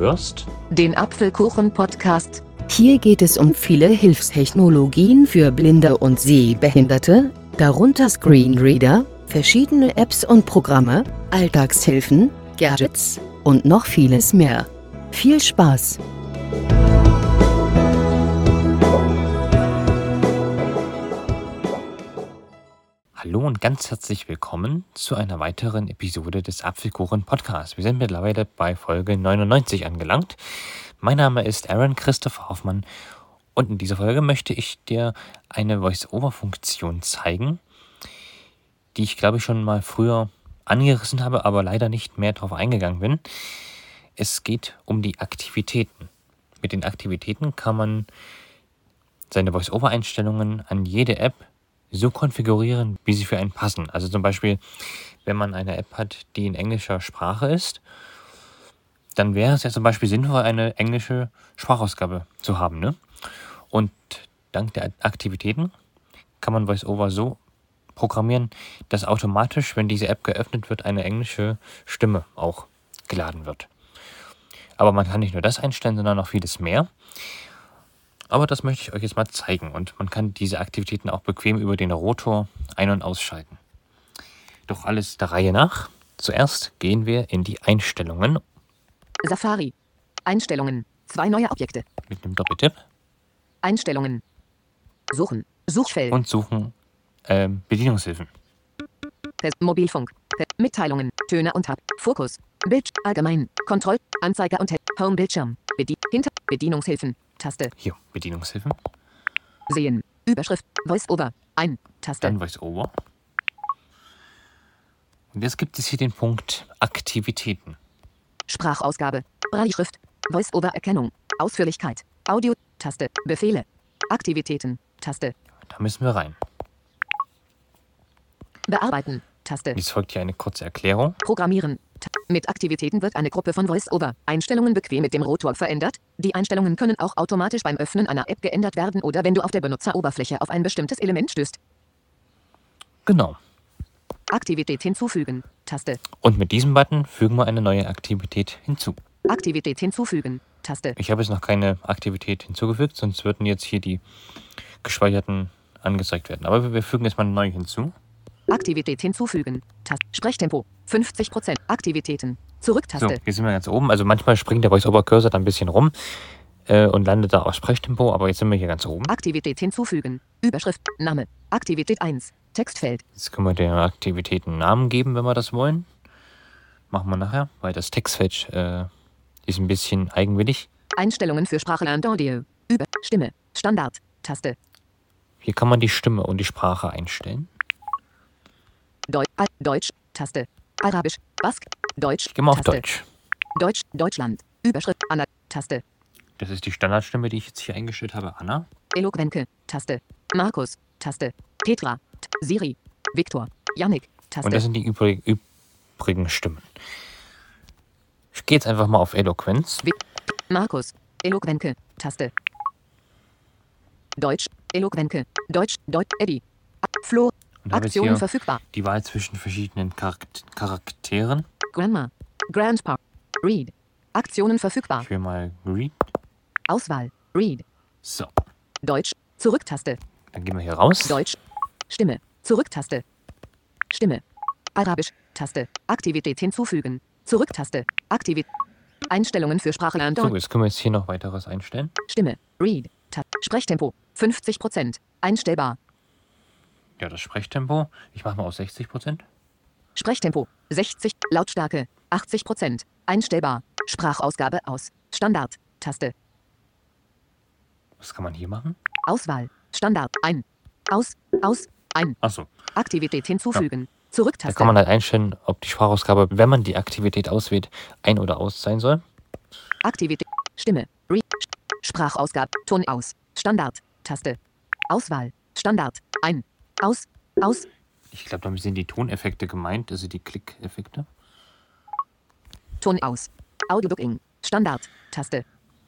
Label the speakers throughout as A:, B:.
A: hörst
B: den Apfelkuchen-Podcast.
C: Hier geht es um viele Hilfstechnologien für Blinde und Sehbehinderte, darunter Screenreader, verschiedene Apps und Programme, Alltagshilfen, Gadgets und noch vieles mehr. Viel Spaß!
A: Hallo und ganz herzlich willkommen zu einer weiteren Episode des Apfelkuchen-Podcasts. Wir sind mittlerweile bei Folge 99 angelangt. Mein Name ist Aaron Christoph Hoffmann und in dieser Folge möchte ich dir eine Voice-Over-Funktion zeigen, die ich glaube ich schon mal früher angerissen habe, aber leider nicht mehr darauf eingegangen bin. Es geht um die Aktivitäten. Mit den Aktivitäten kann man seine Voice-Over-Einstellungen an jede App so konfigurieren, wie sie für einen passen. Also zum Beispiel, wenn man eine App hat, die in englischer Sprache ist, dann wäre es ja zum Beispiel sinnvoll, eine englische Sprachausgabe zu haben, ne? Und dank der Aktivitäten kann man VoiceOver so programmieren, dass automatisch, wenn diese App geöffnet wird, eine englische Stimme auch geladen wird. Aber man kann nicht nur das einstellen, sondern noch vieles mehr. Aber das möchte ich euch jetzt mal zeigen und man kann diese Aktivitäten auch bequem über den Rotor ein- und ausschalten. Doch alles der Reihe nach. Zuerst gehen wir in die Einstellungen.
B: Safari. Einstellungen. 2 neue Objekte.
A: Mit einem Doppeltipp
B: Einstellungen. Suchen. Suchfeld.
A: und suchen Bedienungshilfen.
B: Mobilfunk. Mitteilungen. Töne und Tab. Fokus. Bild. Allgemein. Kontroll. Anzeiger und Home Bildschirm. Bedienungshilfen. Taste.
A: Hier, Bedienungshilfen.
B: Sehen. Überschrift. VoiceOver. Ein. Taste.
A: Dann VoiceOver. Und jetzt gibt es hier den Punkt Aktivitäten.
B: Sprachausgabe. Brailleschrift. VoiceOver-Erkennung. Ausführlichkeit. Audio. Taste. Befehle. Aktivitäten. Taste.
A: Da müssen wir rein.
B: Bearbeiten. Taste.
A: Jetzt folgt hier eine kurze Erklärung.
B: Programmieren. Mit Aktivitäten wird eine Gruppe von VoiceOver-Einstellungen bequem mit dem Rotor verändert. Die Einstellungen können auch automatisch beim Öffnen einer App geändert werden oder wenn du auf der Benutzeroberfläche auf ein bestimmtes Element stößt.
A: Genau.
B: Aktivität hinzufügen. Taste.
A: Und mit diesem Button fügen wir eine neue Aktivität hinzu.
B: Aktivität hinzufügen. Taste.
A: Ich habe jetzt noch keine Aktivität hinzugefügt, sonst würden jetzt hier die gespeicherten angezeigt werden. Aber wir fügen jetzt mal eine neue hinzu.
B: Aktivität hinzufügen. Taste. Sprechtempo. 50%. Aktivitäten. Zurücktaste.
A: So, hier sind wir ganz oben. Also manchmal springt der VoiceOver-Cursor da ein bisschen rum und landet da auf Sprechtempo, aber jetzt sind wir hier ganz oben.
B: Aktivität hinzufügen. Überschrift. Name. Aktivität 1. Textfeld.
A: Jetzt können wir der Aktivität einen Namen geben, wenn wir das wollen. Machen wir nachher, weil das Textfeld ist ein bisschen eigenwillig.
B: Einstellungen für Sprache und Audio. Über. Stimme. Standard. Taste.
A: Hier kann man die Stimme und die Sprache einstellen.
B: Deutsch. Taste. Arabisch. Bask. Deutsch.
A: Ich gehe mal auf
B: Taste.
A: Deutsch.
B: Deutsch. Deutschland. Überschrift. Anna. Taste.
A: Das ist die Standardstimme, die ich jetzt hier eingestellt habe. Anna.
B: Eloquenke. Taste. Markus. Taste. Petra. Siri. Viktor. Yannick. Taste.
A: Und das sind die übrigen Stimmen. Ich gehe jetzt einfach mal auf Eloquenz.
B: Markus. Eloquenke. Taste. Deutsch. Eloquenke. Deutsch. Eddie. Flo.
A: Und habe jetzt
B: Aktionen
A: hier
B: verfügbar.
A: die Wahl zwischen verschiedenen Charakteren.
B: Grandma. Grandpa. Read. Aktionen verfügbar.
A: Ich will mal Read.
B: Auswahl. Read.
A: So,
B: Deutsch. Zurücktaste.
A: dann gehen wir hier raus.
B: Deutsch. Stimme. Zurücktaste. Stimme. Arabisch. Taste. Aktivität hinzufügen. Zurücktaste. Aktivität. Einstellungen für Sprache und
A: So, jetzt können wir jetzt hier noch weiteres einstellen.
B: Stimme. Read. Sprechtempo. 50%. Einstellbar.
A: Ja, das Sprechtempo. Ich mache mal auf 60%.
B: Sprechtempo. 60. Lautstärke. 80%. Einstellbar. Sprachausgabe aus. Standard. Taste.
A: Was kann man hier machen?
B: Auswahl. Standard. Ein. Aus. Ein.
A: Achso,
B: Aktivität hinzufügen.
A: da
B: Zurücktaste.
A: kann man halt einstellen, ob die Sprachausgabe, wenn man die Aktivität auswählt, ein- oder aus sein soll.
B: Aktivität. Stimme. Sprachausgabe. Ton aus. Standard. Taste. Auswahl. Standard. Ein. Aus.
A: Ich glaube, damit sind die Toneffekte gemeint, also die Klickeffekte.
B: Ton aus. Audio Ducking. Standard. Taste.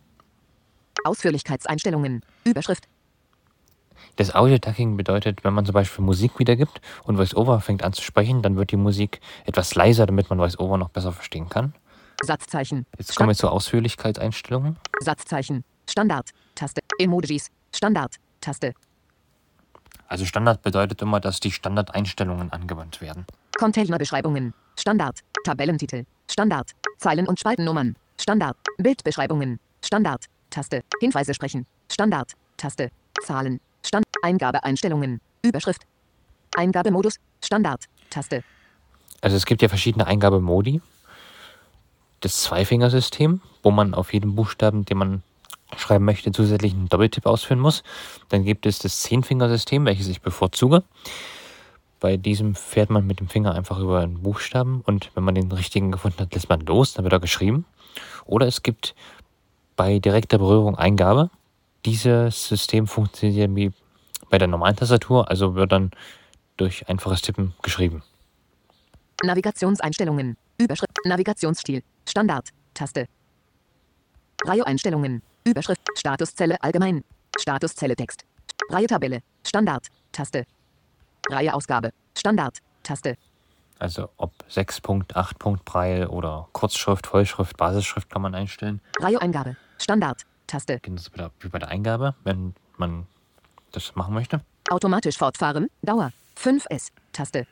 B: Ausführlichkeitseinstellungen. Überschrift.
A: Das Audio-Ducking bedeutet, wenn man zum Beispiel Musik wiedergibt und VoiceOver fängt an zu sprechen, dann wird die Musik etwas leiser, damit man VoiceOver noch besser verstehen kann.
B: Satzzeichen.
A: Jetzt kommen wir zur Ausführlichkeitseinstellungen.
B: Satzzeichen. Standard. Taste. Emojis. Standard. Taste.
A: Also Standard bedeutet immer, dass die Standardeinstellungen angewandt werden.
B: Containerbeschreibungen. Standard. Tabellentitel. Standard. Zeilen- und Spaltennummern. Standard. Bildbeschreibungen. Standard. Taste. Hinweise sprechen. Standard. Taste. Zahlen. Eingabeeinstellungen. Überschrift. Eingabemodus. Standard. Taste.
A: Also es gibt ja verschiedene Eingabemodi. Das Zweifingersystem, wo man auf jeden Buchstaben, den man schreiben möchte, zusätzlich einen Doppeltipp ausführen muss. Dann gibt es das Zehnfingersystem, welches ich bevorzuge. Bei diesem fährt man mit dem Finger einfach über einen Buchstaben und wenn man den richtigen gefunden hat, lässt man los, dann wird er geschrieben. Oder es gibt bei direkter Berührung Eingabe. Dieses System funktioniert wie bei der normalen Tastatur, also wird dann durch einfaches Tippen geschrieben.
B: Navigationseinstellungen. Überschrift. Navigationsstil. Standard. Taste. Reihe-Einstellungen. Überschrift. Statuszelle allgemein. Statuszelle Text. Reihe-Tabelle. Standard. Taste. Reihe-Ausgabe. Standard. Taste.
A: Also ob 6 Punkt, 8 Punkt Braille oder Kurzschrift, Vollschrift, Basisschrift kann man einstellen.
B: Reihe-Eingabe. Standard. Taste.
A: Genauso wie bei der Eingabe, wenn man das machen möchte.
B: Automatisch fortfahren. Dauer. 5S. Taste.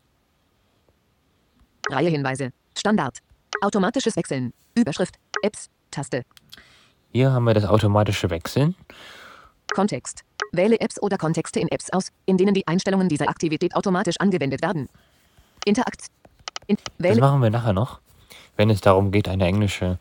B: Reihehinweise. Standard. Automatisches Wechseln. Überschrift. Apps. Taste.
A: Hier haben wir das automatische Wechseln.
B: Kontext. Wähle Apps oder Kontexte in Apps aus, in denen die Einstellungen dieser Aktivität automatisch angewendet werden. Das Wähle
A: machen wir nachher noch, wenn es darum geht, eine englische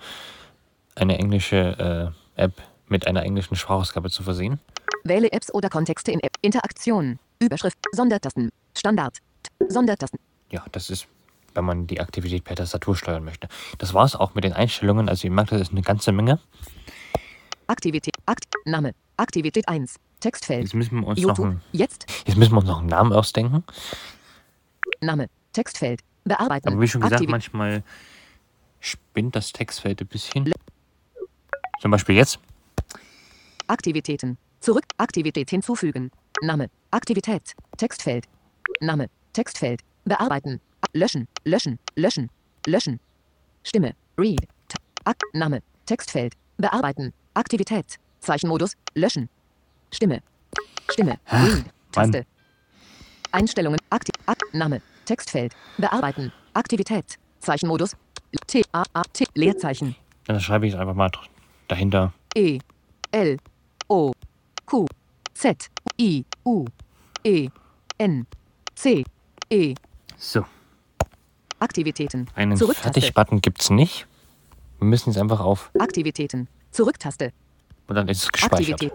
A: App mit einer englischen Sprachausgabe zu versehen.
B: Wähle Apps oder Kontexte in App. Interaktion. Überschrift. Sondertasten. Standard. Sondertasten.
A: Ja, das ist, wenn man die Aktivität per Tastatur steuern möchte. Das war es auch mit den Einstellungen. Also ihr merkt, das ist eine ganze Menge.
B: Aktivität. Name. Aktivität 1. Textfeld.
A: Jetzt müssen wir uns
B: YouTube. Jetzt.
A: noch einen Namen ausdenken.
B: Name. Textfeld. Bearbeiten.
A: Aber wie schon gesagt, manchmal spinnt das Textfeld ein bisschen. Zum Beispiel jetzt.
B: Aktivitäten. Zurück. Aktivität hinzufügen. Name. Aktivität. Textfeld. Name. Textfeld. Bearbeiten. Löschen. Löschen. Löschen. Löschen. Stimme. Read. Name. Textfeld. Bearbeiten. Aktivität. Zeichenmodus. Löschen. Stimme. Stimme. Read. Taste. Einstellungen. Name. Textfeld. Bearbeiten. Aktivität. Zeichenmodus. T-A-A-T. Leerzeichen.
A: Dann schreibe ich es einfach mal dahinter.
B: E. L. O. Q. Z. I. U. E. N. C. E.
A: So.
B: Aktivitäten.
A: Einen
B: Zurücktaste.
A: Fertig-Button gibt es nicht. Wir müssen jetzt einfach auf
B: Aktivitäten. Zurücktaste.
A: und dann ist es gespeichert.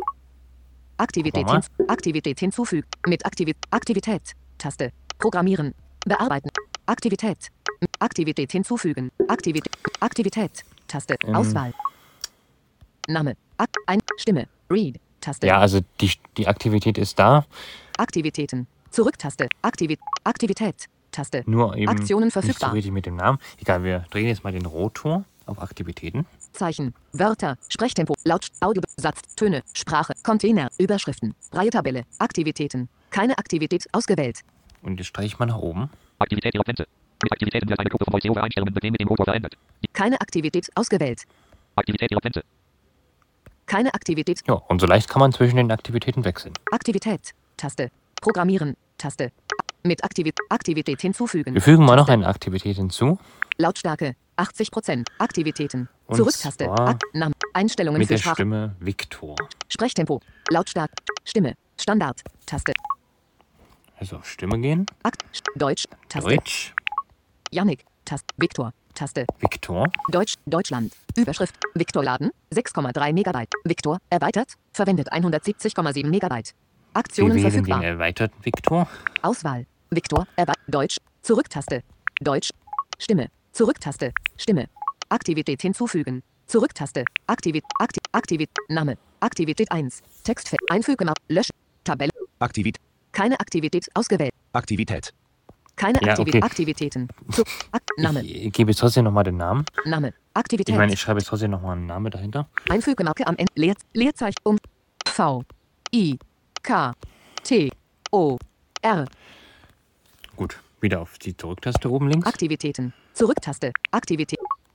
B: Aktivität hinzufügen. Mit Aktivität. Taste. Programmieren. Bearbeiten. Aktivität. Aktivität hinzufügen. Aktivität. Taste. Auswahl. Name. Stimme. Read. Taste.
A: Ja, also die Aktivität ist da.
B: Aktivitäten. Zurücktaste. Aktivität. Taste.
A: Nur eben
B: Aktionen
A: nicht so
B: verfügbar.
A: richtig mit dem Namen. Egal, wir drehen jetzt mal den Rotor auf Aktivitäten.
B: Zeichen, Wörter, Sprechtempo, Laut, Audio, Satz, Töne, Sprache, Container, Überschriften, Reihe-Tabelle, Aktivitäten. Keine Aktivität ausgewählt.
A: Und jetzt streiche ich mal nach oben.
D: Aktivität Eloquente. Mit Aktivitäten wird eine Gruppe von VoiceOver-Einstellungen bequem mit dem Rotor verändert.
B: Keine Aktivität ausgewählt.
D: Aktivität Eloquente.
B: Keine Aktivität.
A: Ja, und so leicht kann man zwischen den Aktivitäten wechseln.
B: Aktivität. Taste. Programmieren. Taste. Mit Aktivität hinzufügen.
A: Wir fügen mal noch
B: Taste.
A: eine Aktivität hinzu.
B: Lautstärke. 80%. Aktivitäten.
A: Und
B: Zurücktaste.
A: zwar
B: Name. Einstellungen
A: mit
B: für
A: der
B: Sprache.
A: Stimme Viktor.
B: Sprechtempo. Lautstärke. Stimme. Standard. Taste.
A: Also auf Stimme gehen.
B: Deutsch. Taste.
A: Deutsch.
B: Yannick. Taste. Viktor. Taste.
A: Viktor.
B: Deutsch, Deutschland. Überschrift. Viktor laden. 6,3 Megabyte. Viktor. Erweitert. Verwendet 170,7 Megabyte.
A: Wir
B: Aktionen
A: wählen
B: verfügbar.
A: den erweiterten Viktor.
B: Auswahl. Viktor. Deutsch. Zurücktaste. Deutsch. Stimme. Zurücktaste. Stimme. Aktivität hinzufügen. Zurücktaste. Aktivität. Name. Aktivität 1. Textfeld. Einfügen. Löschen. Tabelle.
E: Aktivität.
B: Keine Aktivität ausgewählt.
E: Aktivität.
B: Keine
A: Ja, okay.
B: Aktivitäten. Name.
A: Ich gebe jetzt trotzdem nochmal den Namen.
B: Name. Aktivität.
A: Ich meine, ich schreibe jetzt trotzdem nochmal einen Namen dahinter.
B: Einfügemarke am Ende. Leerzeichen V. I. K. T. O. R.
A: Gut, wieder auf die Zurücktaste oben links.
B: Aktivitäten. Zurücktaste. Aktivität.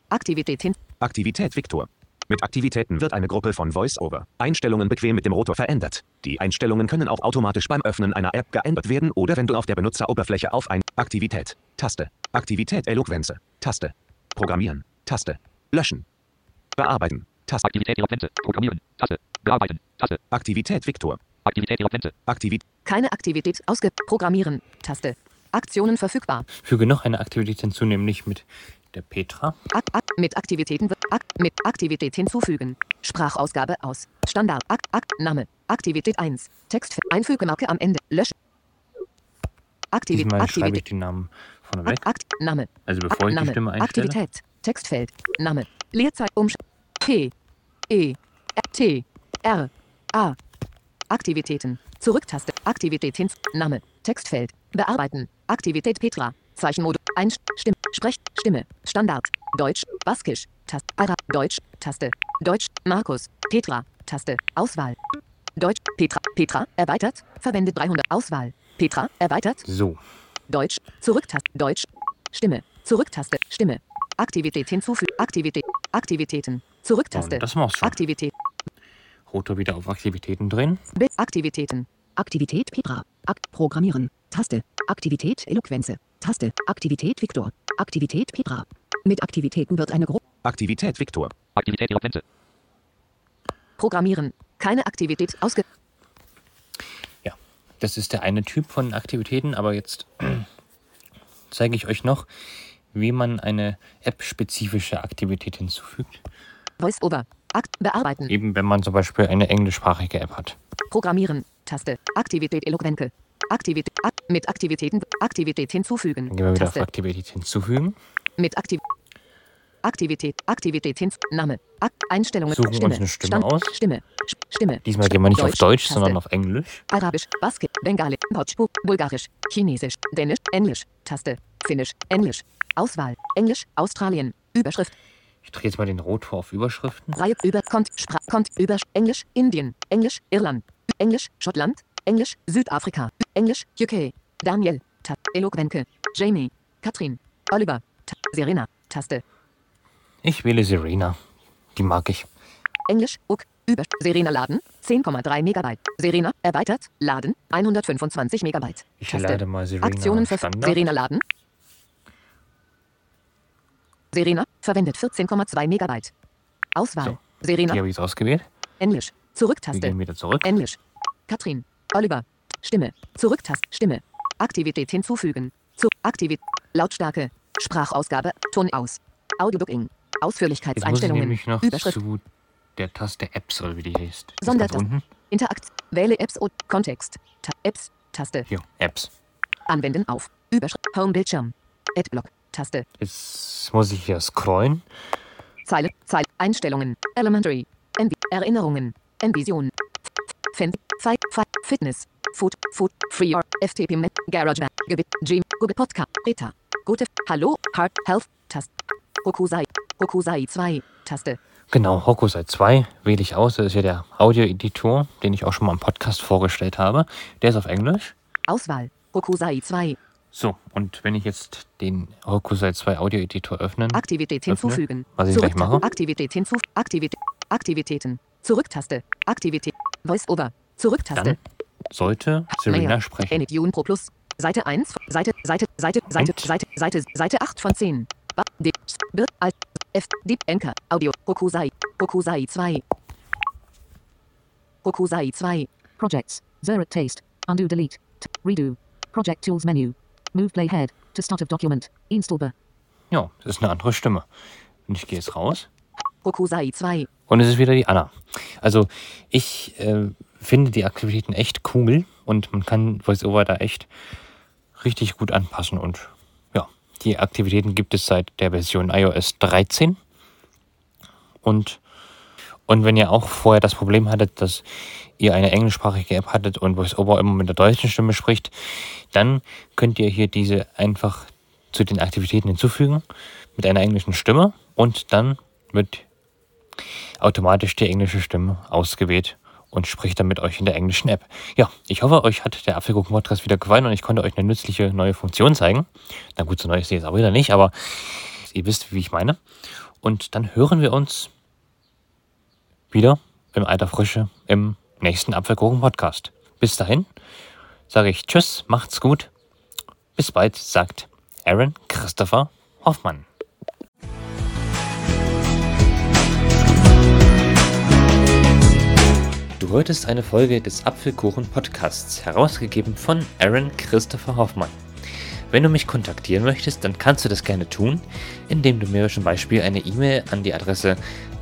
B: Aktivität hin.
E: Aktivität Viktor. Mit Aktivitäten wird eine Gruppe von VoiceOver-Einstellungen bequem mit dem Rotor verändert. Die Einstellungen können auch automatisch beim Öffnen einer App geändert werden oder wenn du auf der Benutzeroberfläche auf Aktivität, Taste, Aktivität Eloquenze, Taste, Programmieren, Taste, Löschen, Bearbeiten, Taste,
D: Aktivität Eloquenze. Programmieren. Taste. Bearbeiten. Taste.
E: Aktivität Viktor.
D: Aktivität Eloquenze.
B: Keine Aktivität Programmieren. Taste. Aktionen verfügbar.
A: Füge noch eine Aktivität hinzu, nämlich mit der Petra.
B: Mit Aktivitäten mit Aktivität hinzufügen. Sprachausgabe aus. Standard. Name. Aktivität 1. Text. Einfügemarke am Ende. Löschen.
A: Diesmal schreibe ich den Namen vorne weg.
B: Name.
A: Also bevor ich die
B: Name.
A: Stimme einstelle.
B: Aktivität. Textfeld. Name. Leerzeit. P. E. T. R. A. Aktivitäten. Zurücktaste. Aktivität hin. Name. Textfeld. Bearbeiten. Aktivität Petra. Zeichenmodus. Stimme. Stimme. Standard. Deutsch. Baskisch. Taste. Ara. Deutsch. Taste. Deutsch. Markus. Petra. Taste. Auswahl. Deutsch. Petra. Erweitert. Verwendet 300. Auswahl. Petra. Erweitert.
A: So.
B: Deutsch. Zurücktaste. Deutsch. Stimme. Zurücktaste. Stimme. Aktivität hinzufügen. Aktivitäten. Zurücktaste.
A: Und das war's schon.
B: Aktivität.
A: Rotor wieder auf Aktivitäten drehen.
B: Aktivitäten.
C: Aktivität Petra. Programmieren. Taste. Aktivität Eloquenze. Taste. Aktivität Viktor. Aktivität Petra. Mit Aktivitäten wird eine Gruppe.
E: Aktivität Viktor.
D: Aktivität Eloquenze.
B: Programmieren. Keine Aktivität
A: Ja, das ist der eine Typ von Aktivitäten, aber jetzt zeige ich euch noch, wie man eine App-spezifische Aktivität hinzufügt.
B: VoiceOver. Bearbeiten.
A: Eben wenn man zum Beispiel eine englischsprachige App hat.
B: Programmieren. Taste. Aktivität Eloquenke. Aktivität. Mit Aktivitäten. Aktivität hinzufügen.
A: Dann gehen wir wieder
B: Taste.
A: auf Aktivität hinzufügen.
B: Mit Aktivität hin. Name. Einstellungen.
A: Suchen wir uns eine Stimme aus.
B: Stimme.
A: Diesmal gehen wir nicht auf Deutsch,
B: Taste.
A: sondern auf Englisch.
B: Arabisch. Baskisch. Bengali. Bhojpuri. Bulgarisch. Chinesisch. Dänisch. Englisch. Taste. Finnisch. Englisch. Auswahl. Englisch. Australien. Überschrift.
A: Ich drehe jetzt mal den Rotor auf Überschriften.
B: Reihe über über Englisch Indien, Englisch Irland, Englisch Schottland, Englisch Südafrika, Englisch UK, Daniel, Eloquenke, Jamie, Katrin, Oliver, Serena, Taste,
A: Ich wähle Serena. Die mag ich.
B: Englisch über Serena laden 10,3 Megabyte, Serena erweitert laden 125 Megabyte.
A: Ich
B: Taste.
A: lade mal Serena
B: Aktionen
A: Standard.
B: Serena laden. Serena verwendet 14,2 Megabyte. Auswahl.
A: So.
B: Serena.
A: Die habe ich jetzt ausgewählt.
B: Englisch.
A: Wir
B: Zurücktaste.
A: gehen wieder zurück.
B: Englisch. Katrin. Oliver. Stimme. Zurücktaste. Stimme. Aktivität hinzufügen. Aktivität. Lautstärke. Sprachausgabe. Ton aus. Audiobooking.
A: Jetzt muss ich
B: Ausführlichkeitseinstellungen.
A: nämlich noch
B: Überschrift.
A: zu der Taste Apps, oder wie die heißt. Die ist
B: Sondertaste.
A: ganz unten.
B: Interakt. Wähle Apps und Kontext. Apps. Taste.
A: Hier, Apps.
B: Anwenden auf. Überschrift. Home Bildschirm. Adblock. Taste.
A: Jetzt muss ich hier scrollen.
B: Zeile. Einstellungen. Elementary. Erinnerungen. Envision. Fitness. Food. Free. FTP. GarageBand. Gebit. Gym. Google Podcast. Beta. Gute. Hallo. Heart. Health. Taste. Hokusai 2. Taste.
A: Genau, Hokusai 2 wähle ich aus. Das ist ja der Audio-Editor, den ich auch schon mal im Podcast vorgestellt habe. Der ist auf Englisch.
B: Auswahl. Hokusai 2.
A: So, und wenn ich jetzt den Hokusai 2 Audio-Editor öffne,
B: Aktivität hinzufügen.
A: was ich gleich mache.
B: Aktivität hinzufügen. Aktivitäten. Zurücktaste. Aktivität. VoiceOver. Zurücktaste.
A: dann sollte Serena sprechen.
B: Enid Pro Plus. Seite 1. Seite 8 von 10. Alt. F. Deep Anchor. Audio. Hokusai 2. Hokusai 2.
F: Projects. Zero Taste. Undo Delete. Redo. Project Tools Menu. Move Playhead. To Start of Document. Installbar.
A: Ja, das ist eine andere Stimme. Und ich gehe jetzt raus.
B: Hokusai 2.
A: Und es ist wieder die Anna. Also ich finde die Aktivitäten echt cool und man kann VoiceOver da echt richtig gut anpassen. Und ja, die Aktivitäten gibt es seit der Version iOS 13. Und wenn ihr auch vorher das Problem hattet, dass ihr eine englischsprachige App hattet und VoiceOver immer mit der deutschen Stimme spricht, dann könnt ihr hier diese einfach zu den Aktivitäten hinzufügen mit einer englischen Stimme und dann wird automatisch die englische Stimme ausgewählt und spricht dann mit euch in der englischen App. Ja, ich hoffe, euch hat der Apfelkuchen-Podcast wieder gefallen und ich konnte euch eine nützliche neue Funktion zeigen. Na gut, so neu ist sie jetzt auch wieder nicht, aber ihr wisst, wie ich meine. Und dann hören wir uns wieder im alter Frische im nächsten Apfelkuchen-Podcast. Bis dahin sage ich Tschüss, macht's gut. Bis bald, sagt Aaron Christopher Hoffmann. Du hörtest eine Folge des Apfelkuchen-Podcasts, herausgegeben von Aaron Christopher Hoffmann. Wenn du mich kontaktieren möchtest, dann kannst du das gerne tun, indem du mir zum Beispiel eine E-Mail an die Adresse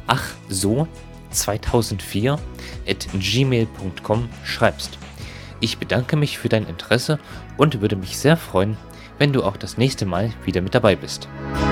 A: achso2004@gmail.com schreibst. Ich bedanke mich für dein Interesse und würde mich sehr freuen, wenn du auch das nächste Mal wieder mit dabei bist.